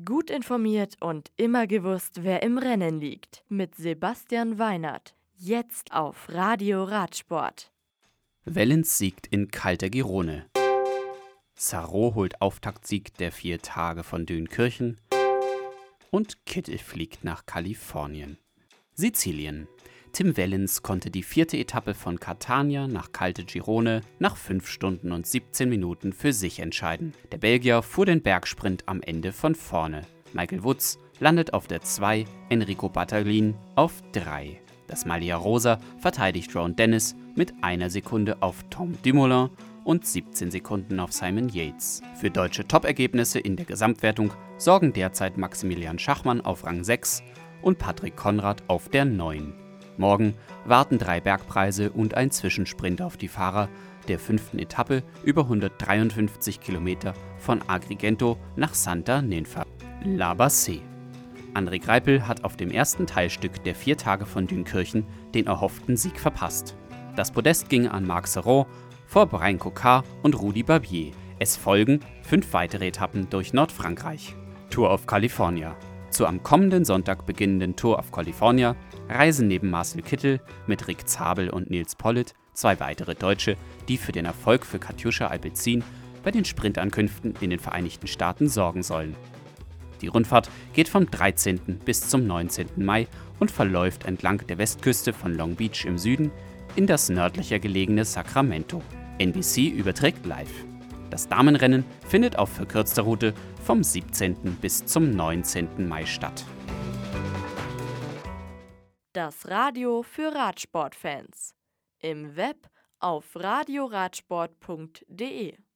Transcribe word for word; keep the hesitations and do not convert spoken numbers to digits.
Gut informiert und immer gewusst, wer im Rennen liegt. Mit Sebastian Weinert. Jetzt auf Radio Radsport. Wellens siegt in Caltagirone. Sarro holt Auftaktsieg der vier Tage von Dünkirchen. Und Kittel fliegt nach Kalifornien. Sizilien. Tim Wellens konnte die vierte Etappe von Catania nach Caltagirone nach fünf Stunden und siebzehn Minuten für sich entscheiden. Der Belgier fuhr den Bergsprint am Ende von vorne. Michael Woods landet auf der zwei, Enrico Battaglin auf drei. Das Maglia Rosa verteidigt Ron Dennis mit einer Sekunde auf Tom Dumoulin und siebzehn Sekunden auf Simon Yates. Für deutsche Top-Ergebnisse in der Gesamtwertung sorgen derzeit Maximilian Schachmann auf Rang sechs und Patrick Konrad auf der neun. Morgen warten drei Bergpreise und ein Zwischensprint auf die Fahrer der fünften Etappe über hundertdreiundfünfzig Kilometer von Agrigento nach Santa Ninfa. La Bassée. André Greipel hat auf dem ersten Teilstück der vier Tage von Dünkirchen den erhofften Sieg verpasst. Das Podest ging an Marc Serron vor Brian Cocard und Rudy Barbier. Es folgen fünf weitere Etappen durch Nordfrankreich. Tour of California. Zur am kommenden Sonntag beginnenden Tour of California reisen neben Marcel Kittel mit Rick Zabel und Nils Pollitt zwei weitere Deutsche, die für den Erfolg für Katusha Alpecin bei den Sprintankünften in den Vereinigten Staaten sorgen sollen. Die Rundfahrt geht vom dreizehnten bis zum neunzehnten Mai und verläuft entlang der Westküste von Long Beach im Süden in das nördlicher gelegene Sacramento. N B C überträgt live. Das Damenrennen findet auf verkürzter Route vom siebzehnten bis zum neunzehnten Mai statt. Das Radio für Radsportfans. Im Web auf radioradsport punkt de